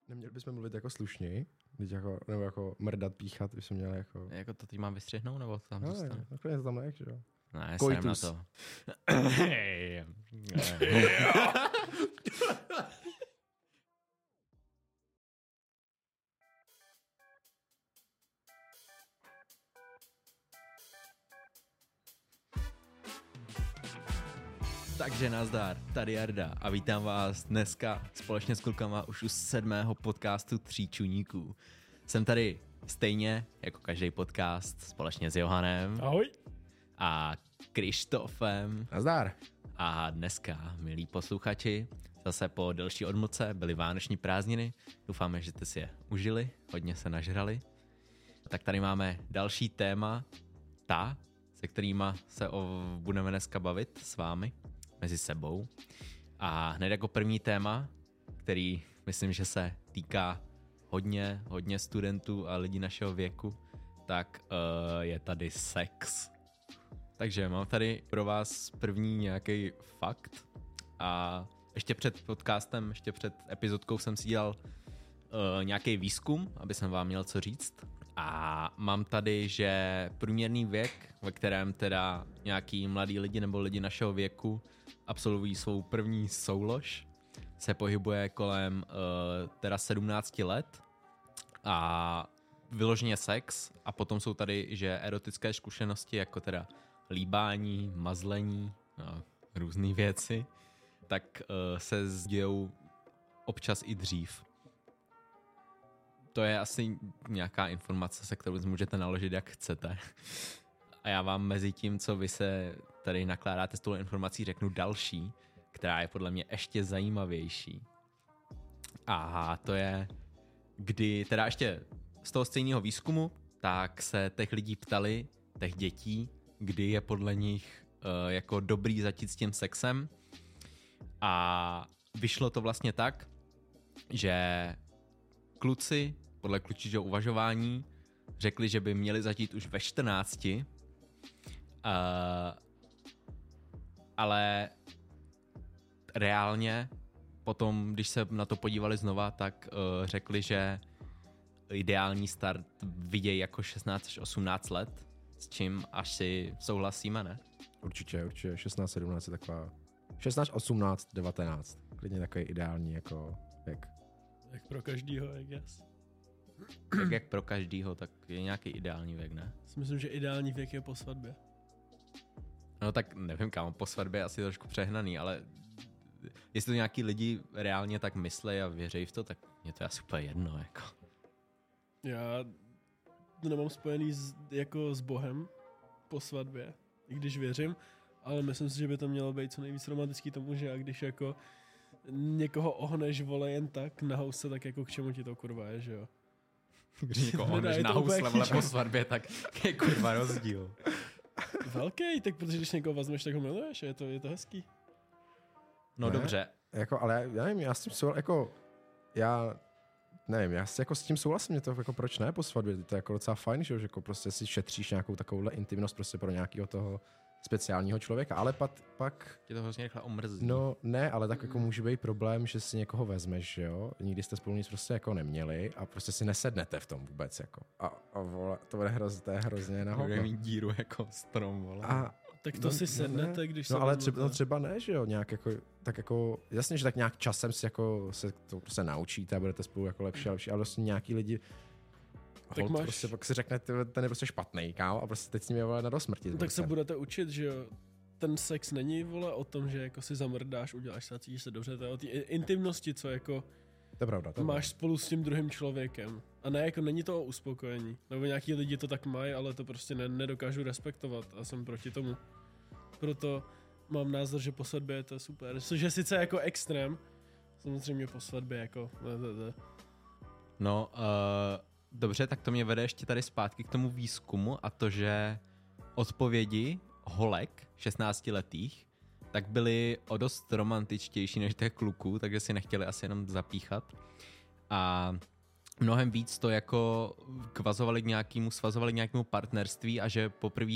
Neměli bychom mluvit jako slušněji, nebo jako mrdat, píchat, bychom měli jako... Jako to teď mám vystřihnout, nebo to tam No, zůstane? takhle to tam nech, že jo? Ne, Koitus. serem na to. Takže nazdar, tady Jarda a vítám vás dneska společně s klukama už u 7. podcastu Tří čuníků. Jsem tady stejně jako každý podcast společně s Johanem. Ahoj. A Krištofem. Nazdar. A dneska, milí posluchači, zase po delší odmlce byly vánoční prázdniny. Doufáme, že jste si je užili, hodně se nažrali. Tak tady máme další téma, se kterýma se budeme dneska bavit s vámi, mezi sebou. A hned jako první téma, který myslím, že se týká hodně studentů a lidí našeho věku, tak je tady sex. Takže mám tady pro vás první nějaký fakt a ještě před podcastem, ještě před epizodkou jsem si dělal nějaký výzkum, aby jsem vám měl co říct. A mám tady, že průměrný věk, ve kterém teda nějaký mladí lidi nebo lidi našeho věku absolvují svou první soulož, se pohybuje kolem teda 17 let a vyloženě sex a potom jsou tady, že erotické zkušenosti jako teda líbání, mazlení a různé věci, tak se dějou občas i dřív. To je asi nějaká informace, se kterou můžete naložit, jak chcete. A já vám mezi tím, co vy se tady nakládáte s tou informací, řeknu další, která je podle mě ještě zajímavější. A to je, kdy teda ještě z toho stejného výzkumu, tak se těch lidí ptali, těch dětí, kdy je podle nich jako dobrý začít s tím sexem. A vyšlo to vlastně tak, že kluci podle klučičího uvažování řekli, že by měli začít už ve 14, ale reálně potom, když se na to podívali znova, tak řekli, že ideální start vidějí jako 16 až 18 let, s čím asi souhlasíme, ne? Určitě, 16, 17 je taková... 16, 18, 19. Klidně takový ideální jako věk. Jak pro každýho, I guess. Tak jak pro každýho, tak je nějaký ideální věk, ne? Myslím, že ideální věk je po svatbě. No tak nevím, kámo, po svatbě je asi trošku přehnaný, ale jestli to nějaký lidi reálně tak myslí a věří v to, tak mě to je asi úplně jedno, jako. Já to nemám spojený s Bohem po svatbě, i když věřím, ale myslím si, že by to mělo být co nejvíc romantický tomu, že a když jako někoho ohneš, vole, jen tak na house, tak jako k čemu ti to kurva je, že jo? Když někoho ohneš na housle, vole, po svatbě, tak je kurva rozdíl. Velký, tak protože když někoho vezmeš, tak ho miluješ, je to hezký. No Ne? dobře. Jako, ale já nevím, já s tím já jako s tím souhlasím, mě to jako proč ne po svatbě, to je jako docela fajn, že jako prostě si šetříš nějakou takovouhle intimnost prostě pro nějakého toho speciálního člověka, ale pak Tě to hrozně rychle omrzí. no ne, ale tak jako může být problém, že si někoho vezmeš, že jo, nikdy jste spolu nic prostě jako neměli a prostě si nesednete v tom vůbec jako a vole, to je hrozně na Bude hovno. mít díru jako strom, vole. A Tak to si sednete, ne. když no se ale vezmete. třeba ne, že jo, nějak jako, tak jako, jasně, že tak nějak časem si jako se to prostě naučíte a budete spolu jako lepší, ale vlastně nějaký lidi Tak máš- prostě pak si řekne, ten je prostě špatný, kámo, a prostě teď s ním je vole na do smrti. Tak se budete učit, že jo, ten sex není, vole, o tom, že jako si zamrdáš, uděláš se a cítíš se dobře, to je o té intimnosti, co jako To je pravda. máš spolu s tím druhým člověkem. A ne, jako není to o uspokojení. Nebo nějaký lidi to tak mají, ale to prostě nedokážu respektovat a jsem proti tomu. Proto mám názor, že po svatbě je to super. Což je sice jako extrém, samozřejmě po svatbě jako... No, dobře, tak to mě vede ještě tady zpátky k tomu výzkumu a to, že odpovědi holek 16letých tak byly o dost romantičtější než těch kluků, takže si nechtěli asi jenom zapíchat. A mnohem víc to jako svazovali k nějakému partnerství a že poprvé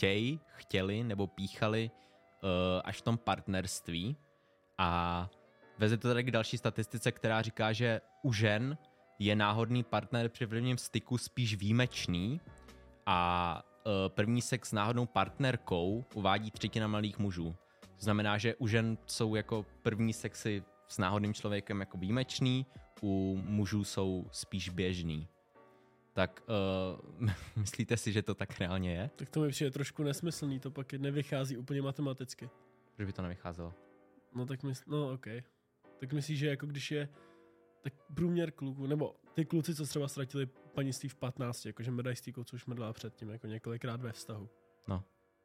chtěli nebo píchali až v tom partnerství. A Veze to tady k další statistice, která říká, že u žen je náhodný partner při prvním styku spíš výjimečný a první sex s náhodnou partnerkou uvádí 1/3 mladých mužů. To znamená, že u žen jsou jako první sexy s náhodným člověkem jako výjimečný, u mužů jsou spíš běžný. Tak myslíte si, že to tak reálně je? Tak to mi přijde trošku nesmyslný, to pak nevychází úplně matematicky. Že by to nevycházelo? No tak OK. Tak myslíš, že jako když je tak průměr kluků, nebo ty kluci, co třeba ztratili panictví v 15, jakože mrdají s týkou, co už mrdala předtím, jako několikrát ve vztahu. No,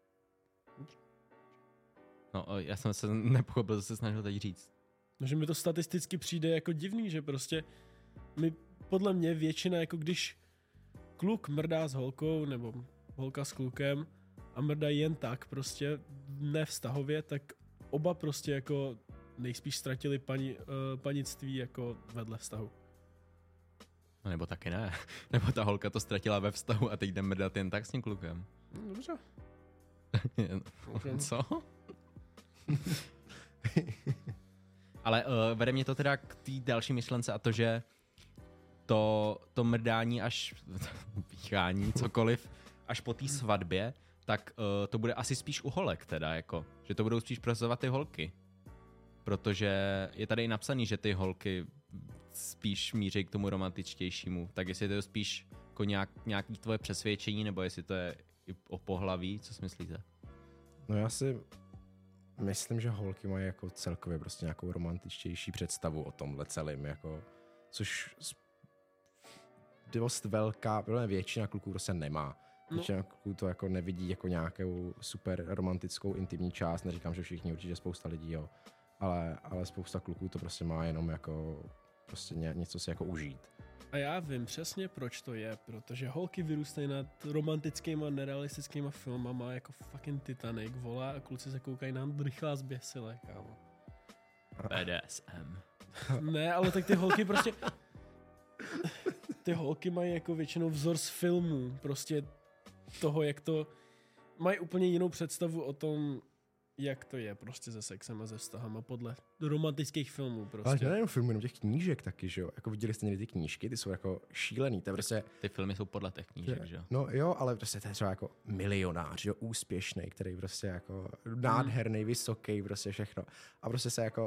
já jsem se nepochopil, co se snažil teď říct. No, že mi to statisticky přijde jako divný, že prostě podle mě většina, jako když kluk mrdá s holkou, nebo holka s klukem a mrdají jen tak prostě nevztahově, tak oba prostě jako nejspíš ztratili panictví jako vedle vztahu. No nebo taky ne. Nebo ta holka to ztratila ve vztahu a teď jde mrdat jen tak s tím klukem. No, dobře. Co? Ale vede mě to teda k té další myšlence a to, že to mrdání až píchání, cokoliv, až po té svatbě, tak to bude asi spíš u holek teda, jako, že to budou spíš prosazovat ty holky. Protože je tady i napsaný, že ty holky spíš míří k tomu romantičtějšímu. Tak jestli to je spíš jako nějaký tvoje přesvědčení, nebo jestli to je i o pohlaví, co si myslíte? No já si myslím, že holky mají jako celkově prostě nějakou romantičtější představu o tomhle celém, jako, což dost velká, většina kluků prostě nemá. Většina kluků to jako nevidí jako nějakou super romantickou intimní část, neříkám, že všichni, určitě spousta lidí, jo. Ale spousta kluků to prostě má jenom jako prostě něco si jako užít. A já vím přesně, proč to je, protože holky vyrůstají nad romantickýma, nerealistickýma filmama jako fucking Titanic, volá a kluci se koukají na rychlá zběsile, kámo. BDSM. Ne, ale tak ty holky prostě... Ty holky mají jako většinou vzor z filmů, prostě toho, jak to... Mají úplně jinou představu o tom, jak to je prostě se sexem a se vztahama podle romantických filmů prostě. Ale nejenom filmů, jenom těch knížek taky, že jo? Jako viděli jste někdy ty knížky, ty jsou jako šílený, to je prostě... Ty filmy jsou podle těch knížek, že jo? No jo, ale prostě to je třeba jako milionář, jo, úspěšný, který prostě jako nádherný, vysoký, prostě všechno. A prostě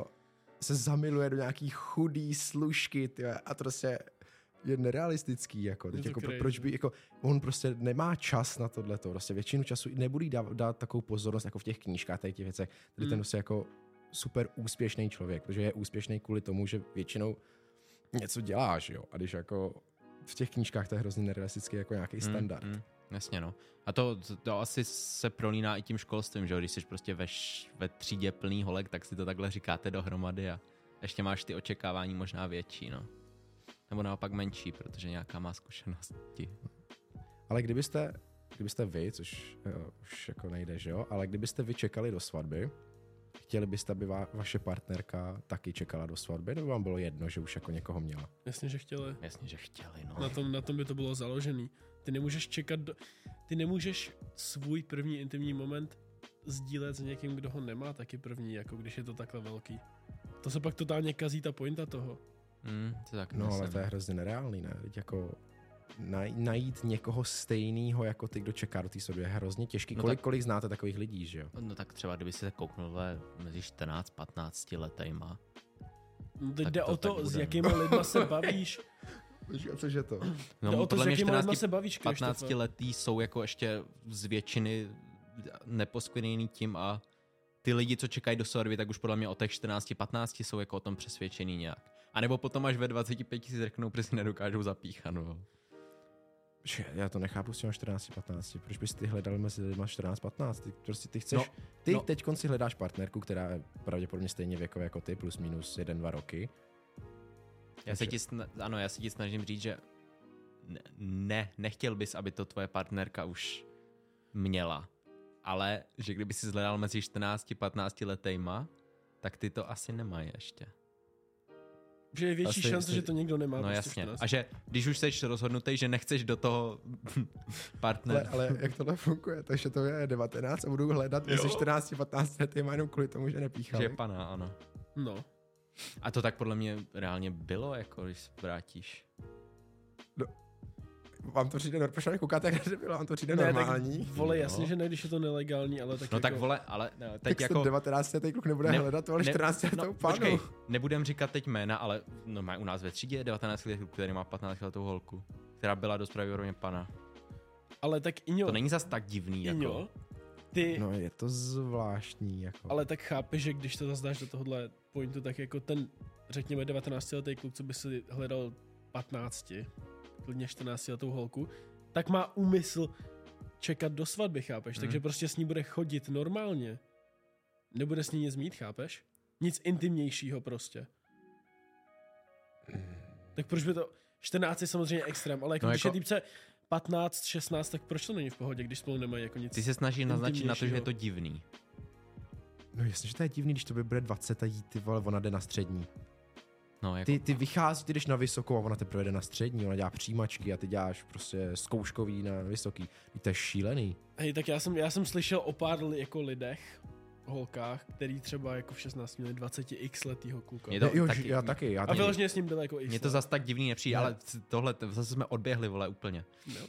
se zamiluje do nějaký chudý služky, tyjo, a to prostě je nerealistický, jako, teď jako proč by, jako, on prostě nemá čas na tohleto, prostě většinu času nebude dát takovou pozornost, jako v těch knížkách, tady těch věcech, tady ten prostě jako super úspěšný člověk, protože je úspěšný kvůli tomu, že většinou něco děláš, jo, a když jako v těch knížkách to je hrozně nerealistický jako nějaký standard. Jasně, no. A to asi se prolíná i tím školstvím, že jo, když jsi prostě ve třídě plný holek, tak si to takhle říkáte dohromady a ještě máš ty očekávání možná větší, no. Nebo naopak menší, protože nějaká má zkušenosti. Ale kdybyste vy, což už jako nejde, že jo, ale kdybyste vy čekali do svatby, chtěli byste, aby vaše partnerka taky čekala do svatby, nebo vám bylo jedno, že už jako někoho měla? Jasně, že chtěli. Jasně, že chtěli, no. Na tom by to bylo založený. Ty nemůžeš ty nemůžeš svůj první intimní moment sdílet s někým, kdo ho nemá taky první, jako když je to takhle velký. To se pak totálně kazí ta pointa toho. To tak no, ale to je hrozně nereálný, ne? Teď jako najít někoho stejného jako ty, kdo čeká do té svatby, je hrozně těžký. No kolik znáte takových lidí, že jo? No tak třeba, kdyby se kouknul mezi 14-15 letejma. No teď jde o to, s jakýma lidma se bavíš. Což je to? No, jde o to, s jakýma lidma se bavíš, 15 letý jsou jako ještě z většiny neposkvrněný tím a ty lidi, co čekají do svatby, tak už podle mě o těch 14-15 jsou jako o tom přesvědčený nějak. A nebo potom až ve 25 si řeknou, protože si nedokážou zapíchat, no. Já to nechápu s těma 14-15. Proč bys ty hledal mezi lidma 14-15? Ty chceš, teď si hledáš partnerku, která je pravděpodobně stejně věkově jako ty, plus minus 1-2 roky. Já se ti snažím říct, že nechtěl bys, aby to tvoje partnerka už měla. Ale že kdyby si hledal mezi 14-15 letejma, tak ty to asi nemají ještě. Že je větší šance, že to někdo nemá. No jasně. 14. A že když už jsi rozhodnutý, že nechceš do toho partnera. Ale jak tohle funguje? Takže to je 19 a budu hledat mezi 14-15 lety jenom kvůli tomu, že nepíchali. Že je pana, ano. No. A to tak podle mě reálně bylo, jako když se vrátíš. Vám to přijde, proč na koukáte, jak nebylo, vám to přijde Ne, normální? tak vole, jasně, že ne, když je to nelegální, ale tak No jako... tak vole, ale teď Tak jako... 19 letý kluk nebude hledat, ale 14 letou panu. Počkej, nebudem říkat teď jména, ale no, má u nás ve třídě 19 letý kluk, který má 15 letou holku, která byla dost pravděpodobně pana. Ale tak Iňo... To není zas tak divný, Iňo, jako... ty... No je to zvláštní, jako. Ale tak chápeš, že když to zazdáš do tohohle pointu, tak jako ten, řekněme, 19letý kluk, co by si hledal 15, klidně 14letou holku, tak má úmysl čekat do svatby, chápeš? Takže prostě s ní bude chodit normálně. Nebude s ní nic mít, chápeš? Nic intimnějšího prostě. Tak proč by to... 14 je samozřejmě extrém, ale jako No když jako- je týpce 15, 16, tak proč to není v pohodě, když spolu nemají jako nic Ty se snažíš naznačit na to, že je intimnějšího? to divný. No jasně, že to je divný, když to by bude 20 a jí, ty vole, ona jde na střední. No, jako... Ty vychází, ty jdeš na vysokou a ona teprve jde na střední, ona dělá přijímačky a ty děláš prostě zkouškový na vysoký. To je šílený. Hej, tak já jsem slyšel o pár jako lidech, holkách, který třeba jako v 16 měli 20x letýho kluka. Je to Jo, taky- já taky. A vyloženě s ním byl jako x. Mně to zas tak divný nepřijde, Ne. ale tohle, zase jsme odběhli, vole, úplně.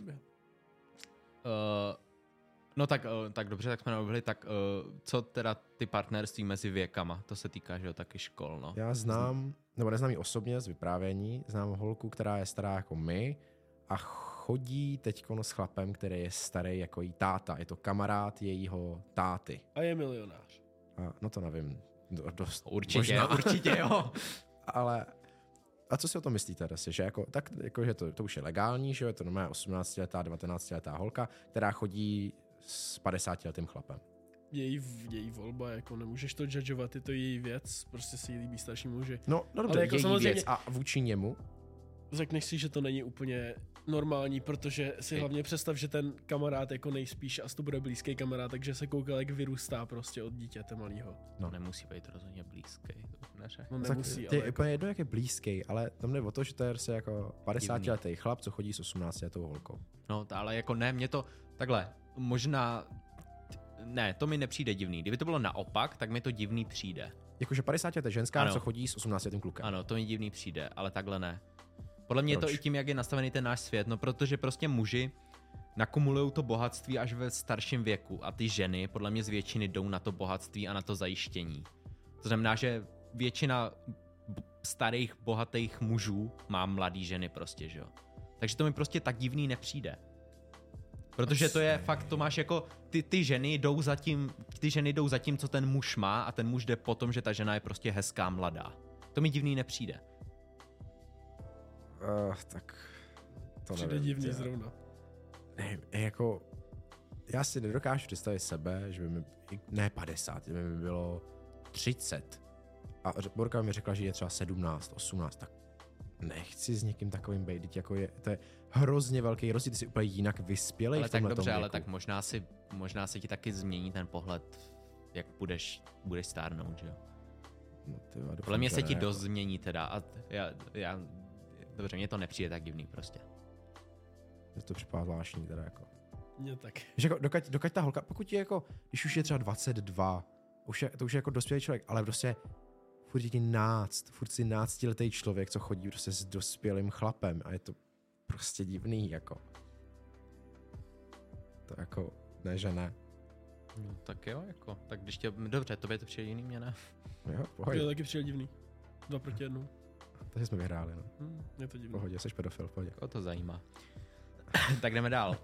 No tak dobře, tak jsme neoběhli, tak co teda ty partnerství mezi věkama, to se týká, že jo, taky škol, no. Já znám, nebo neznám ji osobně z vyprávění, znám holku, která je stará jako my a chodí teďkon s chlapem, který je starý jako jí táta. Je to kamarád jejího táty. A je milionář. A, no to nevím. Dost, Určitě, možná. určitě jo. Ale a co si o tom myslíte, Dasi? Že jako, tak, jako, že to už je legální, že jo? Je to normálně 18letá, 19letá holka, která chodí s 50letým chlapem. Její volba, jako nemůžeš to judgeovat, je to její věc, prostě si jí líbí starší muži. No dobře, Ale jako její samozřejmě- věc a vůči němu. Řekneš si, že to není úplně normální, protože si hlavně představ, že ten kamarád jako nejspíš, a to bude blízký kamarád, takže se koukal, jak vyrůstá prostě od dítěte malýho. No nemusí být rozhodně blízký, to neřek. No Tak nemusí, ty ale je jako, úplně jedno, jak je blízký, ale tam jde o to, že to je prostě jako 50letý chlap, co chodí s 18letou holkou. No, ale jako ne, mě to, takhle, možná, ne, to mi nepřijde divný. Kdyby to bylo naopak, tak mi to divný přijde. Jakože 50letá ženská, Ano. co chodí s 18letým klukem. Ano, to mi divný přijde, ale takhle ne. Podle mě je to Proč? i tím, jak je nastavený ten náš svět, no protože prostě muži nakumulují to bohatství až ve starším věku a ty ženy podle mě z většiny jdou na to bohatství a na to zajištění. To znamená, že většina starých, bohatých mužů má mladý ženy prostě, že jo. Takže to mi prostě tak divný nepřijde. Protože to je fakt, to máš jako, ty ženy jdou za tím, co ten muž má a ten muž jde po tom, že ta žena je prostě hezká, mladá. To mi divný nepřijde. Tak to přijde nevím. divný tě. zrovna. Ne, jako, já si nedokážu představit sebe, že by mi, ne 50, že by mi bylo 30. A Borka mi řekla, že je třeba 17, 18, tak nechci s někým takovým být, teď jako to je hrozně velký rozdíl, ty jsi úplně jinak vyspělej Ale v tak tomhletom dobře, věku. ale tak možná se ti taky změní ten pohled, jak budeš stárnout, že jo. No, ty vado, Podle mě že se ti ne, dost jako. změní teda a dobře, mně to nepřijde tak divný prostě. Mně to připadá zvláštní teda jako. Mně tak. Že jako, dokud ta holka, pokud je jako, když už je třeba 22, to už je jako dospělý člověk, ale prostě furt je ti furt si 11letý člověk, co chodí prostě s dospělým chlapem a je to prostě divný, jako. To jako, ne, že ne. No, tak jo, jako, tak když dobře, tobě to přijde jiný, mě ne. Jo, To je pohodě, taky přijde divný. 2 proti 1. takže jsme vyhráli, no. Je to divný. Pohodě, jsi pedofil, pohodě. Koho to zajímá. Tak jdeme dál.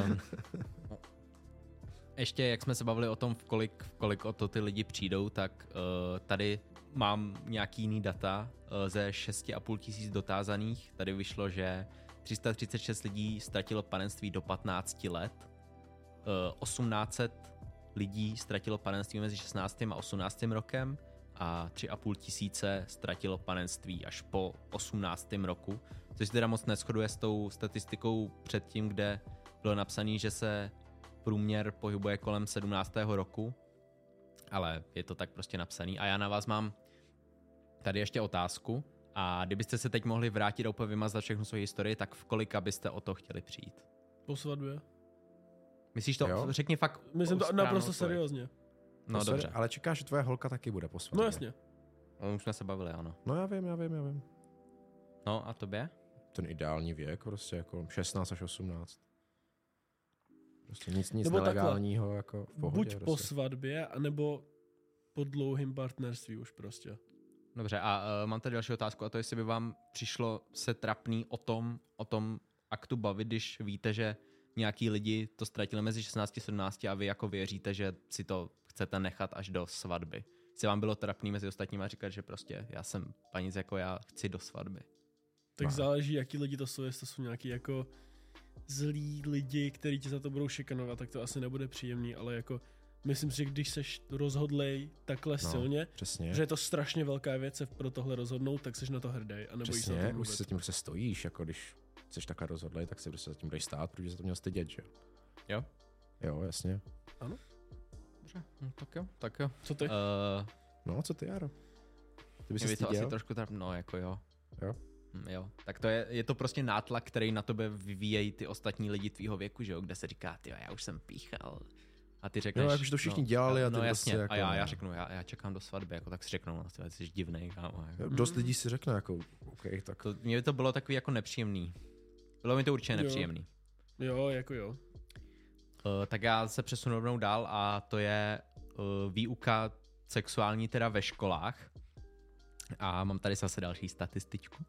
Ještě, jak jsme se bavili o tom, v kolik o to ty lidi přijdou, tak tady mám nějaký jiný data ze 6,5 tisíc dotázaných. Tady vyšlo, že 336 lidí ztratilo panenství do 15 let. 1800 lidí ztratilo panenství mezi 16. a 18. rokem a 3,5 tisíce ztratilo panenství až po 18. roku, což se teda moc neshoduje s tou statistikou předtím, kde bylo napsané, že se průměr pohybuje kolem 17. roku, ale je to tak prostě napsaný. A já na vás mám tady ještě otázku a kdybyste se teď mohli vrátit a úplně vymazat všechnu svou historii, tak v kolika byste o to chtěli přijít? Po svatbě. Myslíš to? Jo. Řekni fakt Myslím to správnou naprosto odpověď. seriózně. No Sorry, dobře. ale čekáš, že tvoje holka taky bude po svatbě. No jasně. Už jsme se bavili, ano. No já vím. No a tobě? Ten ideální věk, prostě jako 16 až 18. Prostě nic Nebo nelegálního, jako v pohodě. Buď prostě. po svatbě, anebo po dlouhým partnerství už prostě. Dobře, a mám tady další otázku, a to jestli by vám přišlo se trapný o tom aktu bavit, když víte, že nějaký lidi to ztratili mezi 16 a 17 a vy jako věříte, že si to chcete nechat až do svatby. Jestli vám bylo trapný mezi ostatními a říkat, že prostě já jsem panic jako já, chci do svatby. Tak záleží, jaký lidi to jsou, jestli to jsou nějaký jako zlí lidi, kteří ti za to budou šikanovat, tak to asi nebude příjemný, ale jako myslím si, že když seš rozhodlej takhle silně, přesně. že je to strašně velká věc se pro tohle rozhodnout, tak seš na to hrdý a nebojíš se na to Přesně, mluvit. už se tím prostě stojíš, jako když jsi takhle rozhodlej, tak si prostě za tím budeš stát, protože se to měl stydět, že Jo? Jo, jasně. Dobře, tak jo. Co ty? No, co ty, Jaro? Ty bys Mě se by to asi styděl? trošku no jako jo. Jo? Jo, tak to je to prostě nátlak, který na tebe vyvíjejí ty ostatní lidi tvýho věku, že jo, kde se říká, ty já už jsem píchal. A ty řekneš, Jo, jakože to všichni dělali a ty no prostě jasně, jako, a já řeknu, já čekám do svatby, jako tak si řeknou, no ty jsi divnej, kámo. Jako. Dost lidí si řekne, jako, OK, tak. Mně by to bylo takový jako nepříjemný. Bylo mi to určitě nepříjemný. Jo, jako jo. Tak já se přesunu rovnou dál a to je výuka sexuální teda ve školách. A mám tady zase další statističku.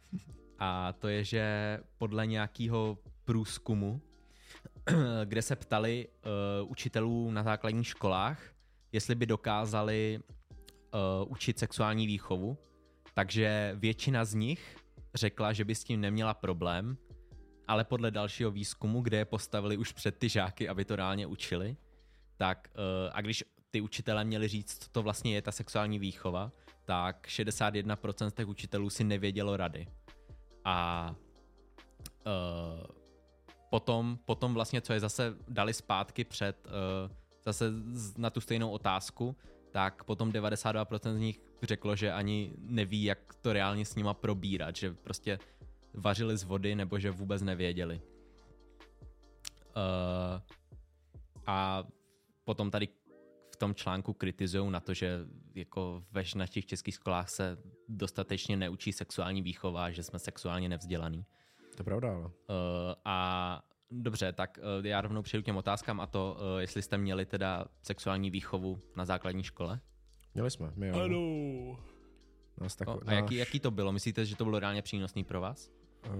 A to je, že podle nějakého průzkumu, kde se ptali učitelů na základních školách, jestli by dokázali učit sexuální výchovu, takže většina z nich řekla, že by s tím neměla problém, ale podle dalšího výzkumu, kde je postavili už před ty žáky, aby to reálně učili, tak a když ty učitelé měli říct, co to vlastně je ta sexuální výchova, tak 61% z těch učitelů si nevědělo rady. A potom vlastně, co je zase dali zpátky před zase na tu stejnou otázku, tak potom 92% z nich řeklo, že ani neví, jak to reálně s nima probírat, že prostě vařili z vody nebo že vůbec nevěděli. A potom tady v tom článku kritizují na to, že jako ve našich českých školách se dostatečně neučí sexuální výchova, že jsme sexuálně nevzdělaní. To je pravda, ale. A dobře, tak já rovnou přejdu k těm otázkám a to, jestli jste měli teda sexuální výchovu na základní škole? Měli jsme, my jo. Ano. Nás tak, A jaký to bylo? Myslíte, že to bylo reálně přínosný pro vás?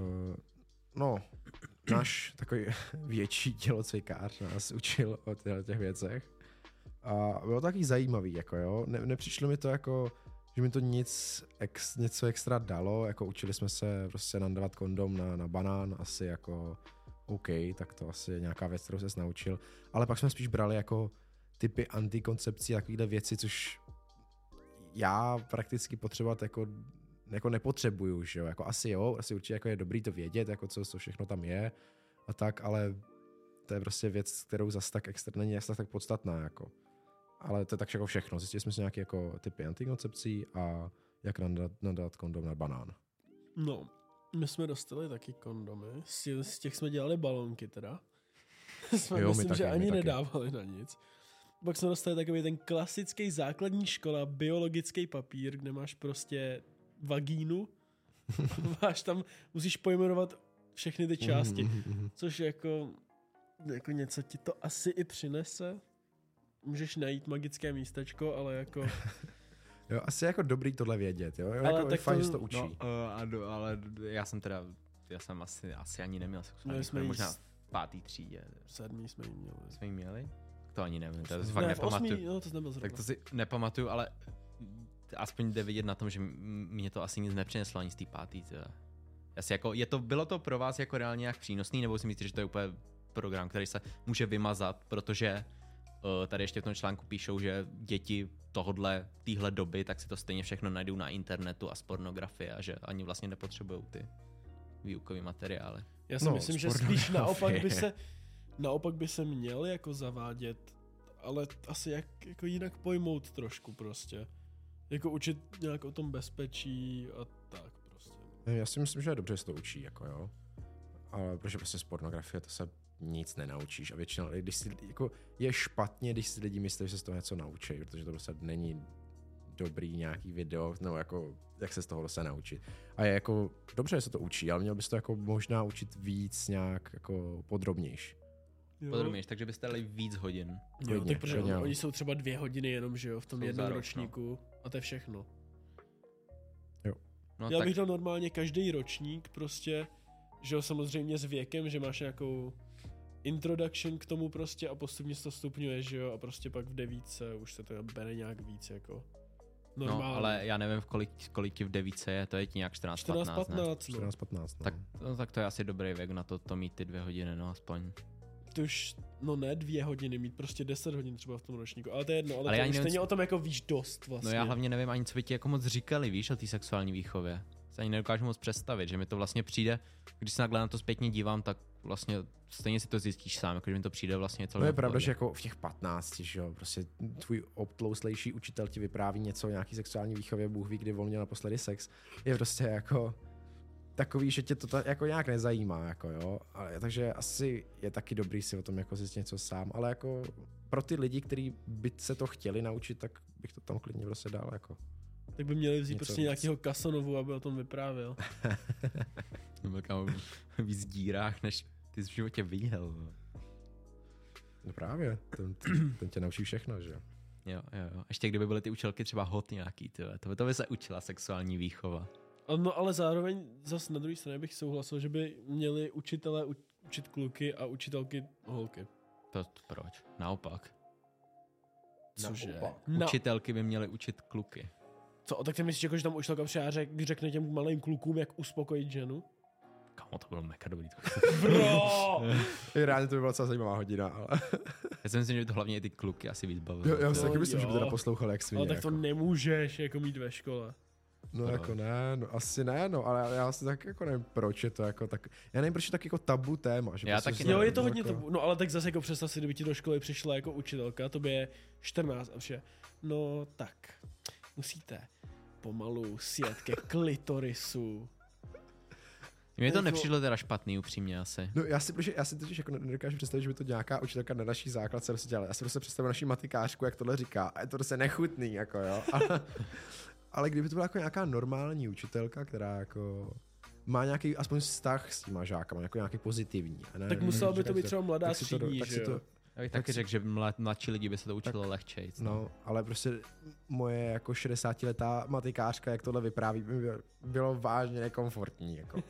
No, náš takový větší tělocvikář nás učil o těch věcech. A bylo to taky zajímavý, jako jo. Nepřišlo mi to jako, že mi to něco extra dalo, jako učili jsme se prostě nandavat kondom na banán, asi jako OK, tak to asi je nějaká věc, kterou se naučil. Ale pak jsme spíš brali jako typy antikoncepcí, takovýhle věci, což já prakticky potřebovat jako nepotřebuju, že jo, jako asi určitě jako je dobrý to vědět, jako co všechno tam je a tak, ale to je prostě věc, kterou zas tak extra není tak podstatná, jako. Ale to je tak jako všechno. Zjistili jsme si nějaké jako typy antikoncepcí a jak nadat kondom na banán. No, my jsme dostali taky kondomy, z těch jsme dělali balónky teda. Jsme, myslím, že ani nedávali na nic. Pak jsme dostali takový ten klasický základní škola, biologický papír, kde máš prostě vagínu. Máš tam, musíš pojmenovat všechny ty části, což jako něco ti to asi i přinese. Můžeš najít magické místečko, ale jako... Jo, asi jako dobrý tohle vědět, jo? Ale jako tak fajn, to, že to učí. No, ale já jsem asi ani neměl sexuální výchovu, možná v 5. třídě. 7. jsme ji měli. Jsme ji měli? To ani nevím, to fakt nepamatuju. 8. No, to nebyl zrovna. Tak to si nepamatuju, ale aspoň jde vidět na tom, že mě to asi nic nepřineslo ani z té 5. Asi jako, bylo to pro vás jako reálně nějak přínosný, nebo si myslíte, že to je úplně program, který se může vymazat, protože tady ještě v tom článku píšou, že děti téhle doby, tak si to stejně všechno najdou na internetu a z pornografie a že ani vlastně nepotřebují ty výukové materiály. Já si myslím, že spíš naopak by se měl jako zavádět, ale asi jako jinak pojmout trošku prostě. Jako učit nějak o tom bezpečí a tak prostě. Já si myslím, že je dobře, že se to učí, jako jo. Ale protože prostě z pornografie to se nic nenaučíš a většinou, jako je špatně, když si lidi myslí, že se z toho něco naučí, protože to prostě není dobrý nějaký video, nebo jako jak se z toho se naučit. A je jako dobře, že se to učí, ale měl bys to jako možná učit víc nějak jako podrobnější. Podrobnějš, takže byste dali víc hodin. Jo, Hodně, tak protože hodně. oni jsou třeba 2 hodiny jenom, že jo, v tom Jsou jednom za rok, ročníku a to je všechno. No Já tak bych dal normálně každý ročník prostě, že jo, samozřejmě s věkem, že máš nějakou introduction k tomu prostě a postupně se to stupňuje, že jo, a prostě pak v 9 už se to bere nějak víc jako normálně. no, ale já nevím, kolik ti v 9 je, to je ti nějak 14-15, ne? 14-15, no. 14-15, no. Tak to je asi dobrý věk na to mít ty 2 hodiny, no aspoň. To už, no ne 2 hodiny, mít prostě 10 hodin třeba v tom ročníku, ale to je jedno, ale Ale já to už nevím, stejně o tom jako víš dost vlastně. No já hlavně nevím ani, co by ti jako moc říkali, víš, o té sexuální výchově. Se ani nedokážu moc představit, že mi to vlastně přijde, když se takhle na to zpětně dívám, tak vlastně stejně si to zjistíš sám, jakože mi to přijde vlastně celé. No je pravda, že jako v těch 15, že jo, prostě tvůj obtlouslejší učitel ti vypráví něco o nějaký sexuální výchově, Bůh ví, kdy on měl naposledy sex, je prostě jako takový, že tě to jako nějak nezajímá, jako jo, ale, takže asi je taky dobrý si o tom jako zjistit něco sám, ale jako pro ty lidi, kteří by se to chtěli naučit, tak bych to tam klidně prostě dal, jako. Tak by měli vzít Něco prostě víc. nějakého Casanovu, aby o tom vyprávěl. Byl kámo víc dírách, než ty jsi v životě viděl. No právě, ten tě naučí všechno, že jo. Jo. Ještě kdyby byly ty učitelky třeba hot nějaký, tyhle, to by se učila sexuální výchova. No ale zároveň zas na druhé straně bych souhlasil, že by měli učitelé učit kluky a učitelky holky. To proč? Naopak. Cože? Naopak. No. Učitelky by měly učit kluky. Co, tak ty myslíš, jako, že tam učitelka přijde a řekne těm malým klukům, jak uspokojit ženu? Kámo, to bylo mega dobrý. Bro! Reálně to by byla docela zajímavá hodina, ale Já si myslím, že by to hlavně i ty kluky asi víc bavilo. já si No taky myslím, že by jo. teda poslouchal jak svině. Ale tak to jako. nemůžeš jako mít ve škole. No jako ne, no asi ne, no, ale já si tak jako nevím, proč je to jako tak, já nevím, proč je tak jako tabu téma. Že Já prostě taky se- ne. Jo, je to no, hodně jako, tabu. No ale tak zase jako představ si, kdyby ti do školy přišla jako učitelka, to by je 14 a vše. No tak, musíte pomalu sjet ke klitorisu. Mně to Jako- nepřišlo teda špatný, upřímně asi. No já si totiž jako nedokážu představit, že by to nějaká učitelka na naší základce prostě dělala. Já si prostě představuji naší matikářku, jak tohle říká a je to prostě nechutný, jako jo. Ale kdyby to byla jako nějaká normální učitelka, která jako má nějaký aspoň vztah s těma žákama, jako nějaký pozitivní. A ne, Tak ne- musela by říkat to být si třeba mladá tak si to- třídní, tak si že to- jo? Já bych taky řekl, že mladší lidi by se to učilo lehčejc. No, ale prostě moje jako 60letá matikářka, jak tohle vypráví, by bylo vážně nekomfortní, jako.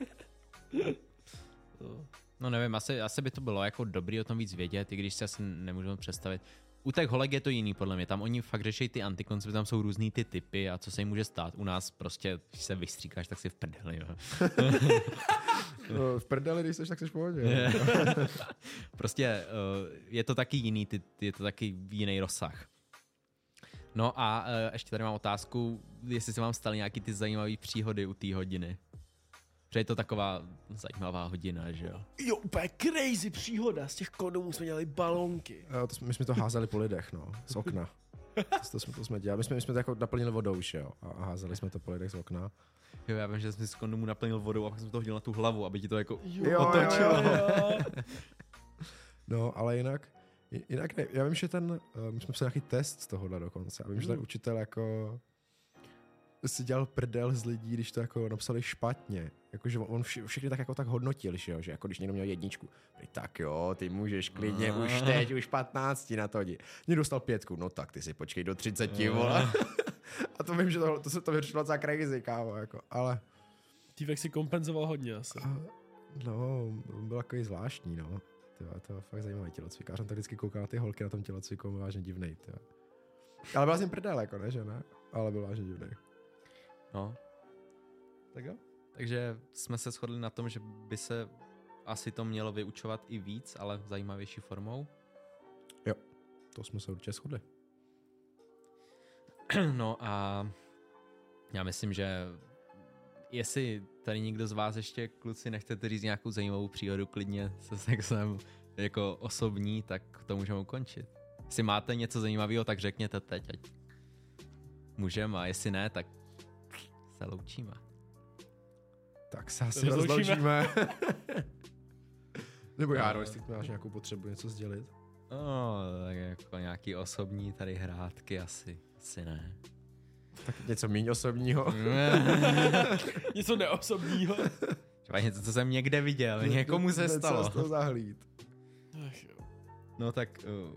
No nevím, asi by to bylo jako dobrý o tom víc vědět, i když si asi nemůžeme představit. U těch holek je to jiný, podle mě. Tam oni fakt řeší ty antikoncepty, tam jsou různý ty typy a co se jim může stát. U nás prostě, když se vystříkáš, tak si v prdeli, jo. No, v prdeli, když jsi, tak jsi v pohodě. Prostě je to taky jiný, je to taky jiný rozsah. No a ještě tady mám otázku, jestli se vám staly nějaký ty zajímavé příhody u té hodiny. Protože je to taková zajímavá hodina, že jo? Jo, úplně crazy příhoda. Z těch kondomů jsme dělali balonky. Jo, my jsme to házeli po lidech, no, z okna. To jsme dělali. My jsme to jako naplnili vodou, že jo, a házeli jsme to po lidech z okna. Jo, já vím, že jsem si z kondomu naplnil vodou a pak jsem to hodil na tu hlavu, aby ti to jako Jo, otočilo. jo. No, ale jinak ne. Já vím, že my jsme psali nějaký test z tohohle dokonce. A vím, že ten učitel jako si dělal prdel z lidí, když to jako napsali špatně. Jakože on všechny tak jako tak hodnotil, že jako když někdo měl 1, tak jo, ty můžeš klidně už teď, už 15 na to jdi. Někdo dostal 5, no tak ty si počkej do 30, vole. A to vím, že to vyřešilo docela crazy, kámo, jako, ale Tývek si kompenzoval hodně asi. no, on byl takový zvláštní, no. Tyva, to je fakt zajímavý tělocvikář, on tak vždycky koukal na ty holky na tom tělocviku, on byl vážně divnej, tyva. Ale byl jsem prdel, jako ne, že ne? Ale byl vážně divnej. No. Tak jo? Takže jsme se shodli na tom, že by se asi to mělo vyučovat i víc, ale zajímavější formou. Jo, to jsme se určitě shodli. No a já myslím, že jestli tady někdo z vás ještě, kluci, nechcete říct nějakou zajímavou příhodu klidně se sexem jako osobní, tak to můžeme ukončit. Jestli máte něco zajímavého, tak řekněte teď, ať můžeme, a jestli ne, tak se loučíme. Tak se asi rozloučíme. rozloučíme. Nebo já, jestli máš nějakou potřebu něco sdělit. No, tak jako nějaký osobní tady hrátky asi ne. Tak něco méně osobního. Něco neosobního. Třeba něco, co jsem někde viděl, někomu se stalo. Něco z toho zahlíd. Ach jo. No tak...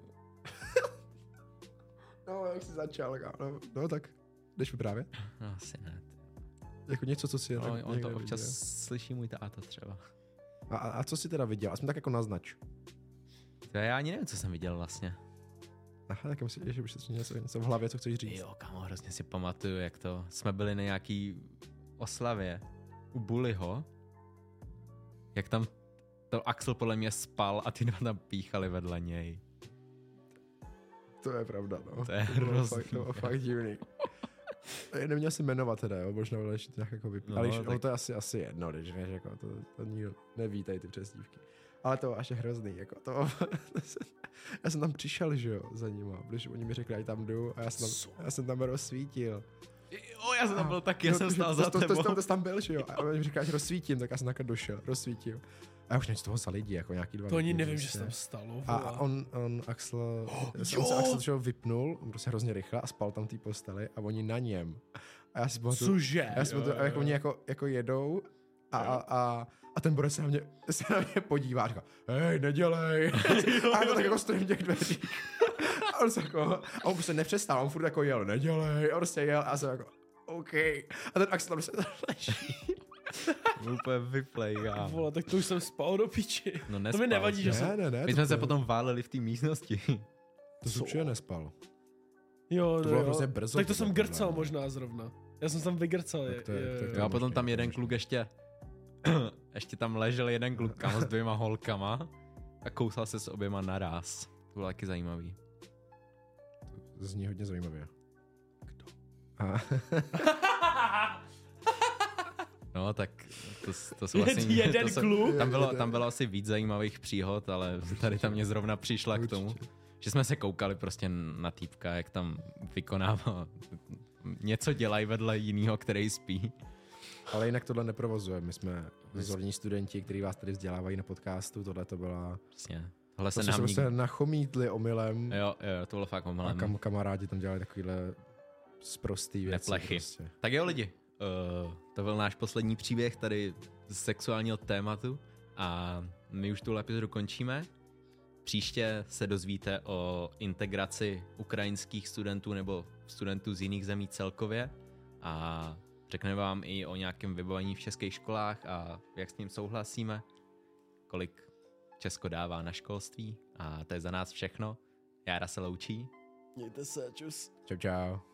No, jak jsi začal, no tak, jdeš vyprávět? No, asi ne. Jako něco, co si No, tak on to někde občas viděl. slyší můj táta třeba. A co jsi teda viděl? Aspoň tak jako naznač. To já ani nevím, co jsem viděl vlastně. Aha, tak myslím, že už se něco v hlavě, co chceš říct. Jo, kámo, hrozně si pamatuju, jak to... Jsme byli na nějaký oslavě u Bullyho. Jak tam to Axel podle mě spal a ty dva tam píchali vedle něj. To je pravda, no. To je bylo hrozný. to bylo fakt divný. Neměl si jmenovat teda, jo, možná bylo ještě nějak jako vypít. No, Ale tak- to je asi jedno, když víš, jako to nikdo neví tady ty přesdívky. Ale to až je hrozný, jako to, já jsem tam přišel, že jo, za nima, protože oni mi řekli, ať tam jdu a já jsem tam rozsvítil. Jo, já jsem tam byl taky, já jsem protože stál za tebou. To tam byl, že jo, a oni mi říkali, ať rozsvítím, tak já jsem takhle došel, rozsvítil. A já už nevím, co toho za lidi, jako nějaký 2 To ani lidi, nevím, že prostě. se tam stalo. A vole. on Axel, on se jo! Axel třeba vypnul, prostě hrozně rychle a spal tam v té posteli a oni na něm. A já si pamatuju, Cože? já si pamatuju, jak oni jako jedou a ten Boris se na mě podívá a říká, hej, nedělej. A já to tak jako stojím v těch dveřích. A on prostě nepřestal, on furt jako jel, nedělej. A prostě jel a já jsem jako, OK. A ten Axel tam prostě leží. Úplně vyplej, já. Vole, tak to už jsem spal do piči. No To nespal mi nevadí, jsi. že jsem... Ne. My jsme se potom váleli v té místnosti. To jsem určitě nespal. Jo, To no bylo jo. prostě brzo. Tak to jsem podle grcal mě. možná zrovna. Já jsem tam vygrcal. Tak to je- Jo, a potom možný, tam to jeden možný. kluk ještě tam ležel jeden kluk kámo s 2 holkama a kousal se s oběma naraz. To bylo taky zajímavý. Zní hodně zajímavě. Kdo? A No, tak to jsou asi... Jeden to jsou- kluk? Tam bylo asi víc zajímavých příhod, ale tady tam mě zrovna přišla k tomu, Určitě. že jsme se koukali prostě na týpka, jak tam vykonává něco dělají vedle jinýho, který spí. Ale jinak tohle neprovozujeme. My jsme vzorní studenti, kteří vás tady vzdělávají na podcastu. Tohle to byla... Přesně. Tohle se To se nám prostě nachomítli omylem Jo, to bylo fakt a omylem. kamarádi tam dělali takovýhle sprostý věci. Neplechy. Prostě. Tak jo lidi, to byl náš poslední příběh tady z sexuálního tématu a my už tuhle epizodu končíme. Příště se dozvíte o integraci ukrajinských studentů nebo studentů z jiných zemí celkově a řekneme vám i o nějakém vybavení v českých školách a jak s ním souhlasíme, kolik Česko dává na školství a to je za nás všechno. Jára se loučí. Mějte se, čus. Čau.